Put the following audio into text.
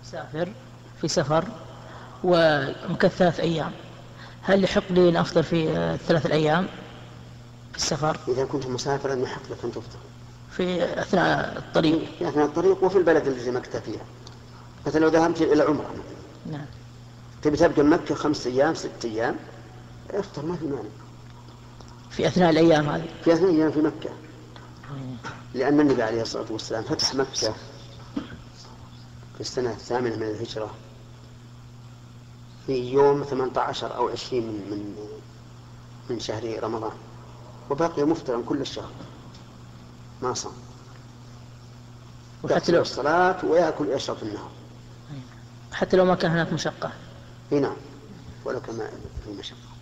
مسافر في سفر ومكث 3 أيام، هل يحق لي أن أفطر في 3 الأيام في السفر؟ إذا كنت مسافرا يحق لك أن تفطر في أثناء الطريق. في أثناء الطريق وفي البلد الذي مكت فيها. مثلا لو ذهبت إلى عمرة نعم. تبي تبقى مكة 5 أيام 6 أيام افطر ما في مانع في أثناء الأيام هذه. في أثناء أيام في مكة، لأن النبي عليه الصلاة والسلام فتح مكة في السنة 8 من الهجرة في يوم 18 أو 20 من شهر رمضان، وبقي مفطرا كل الشهر ما صام، وحتى لو الصلاة ويأكل ويشرب في النهار، حتى لو ما كان هناك مشقة. نعم، ولو كما في مشقة.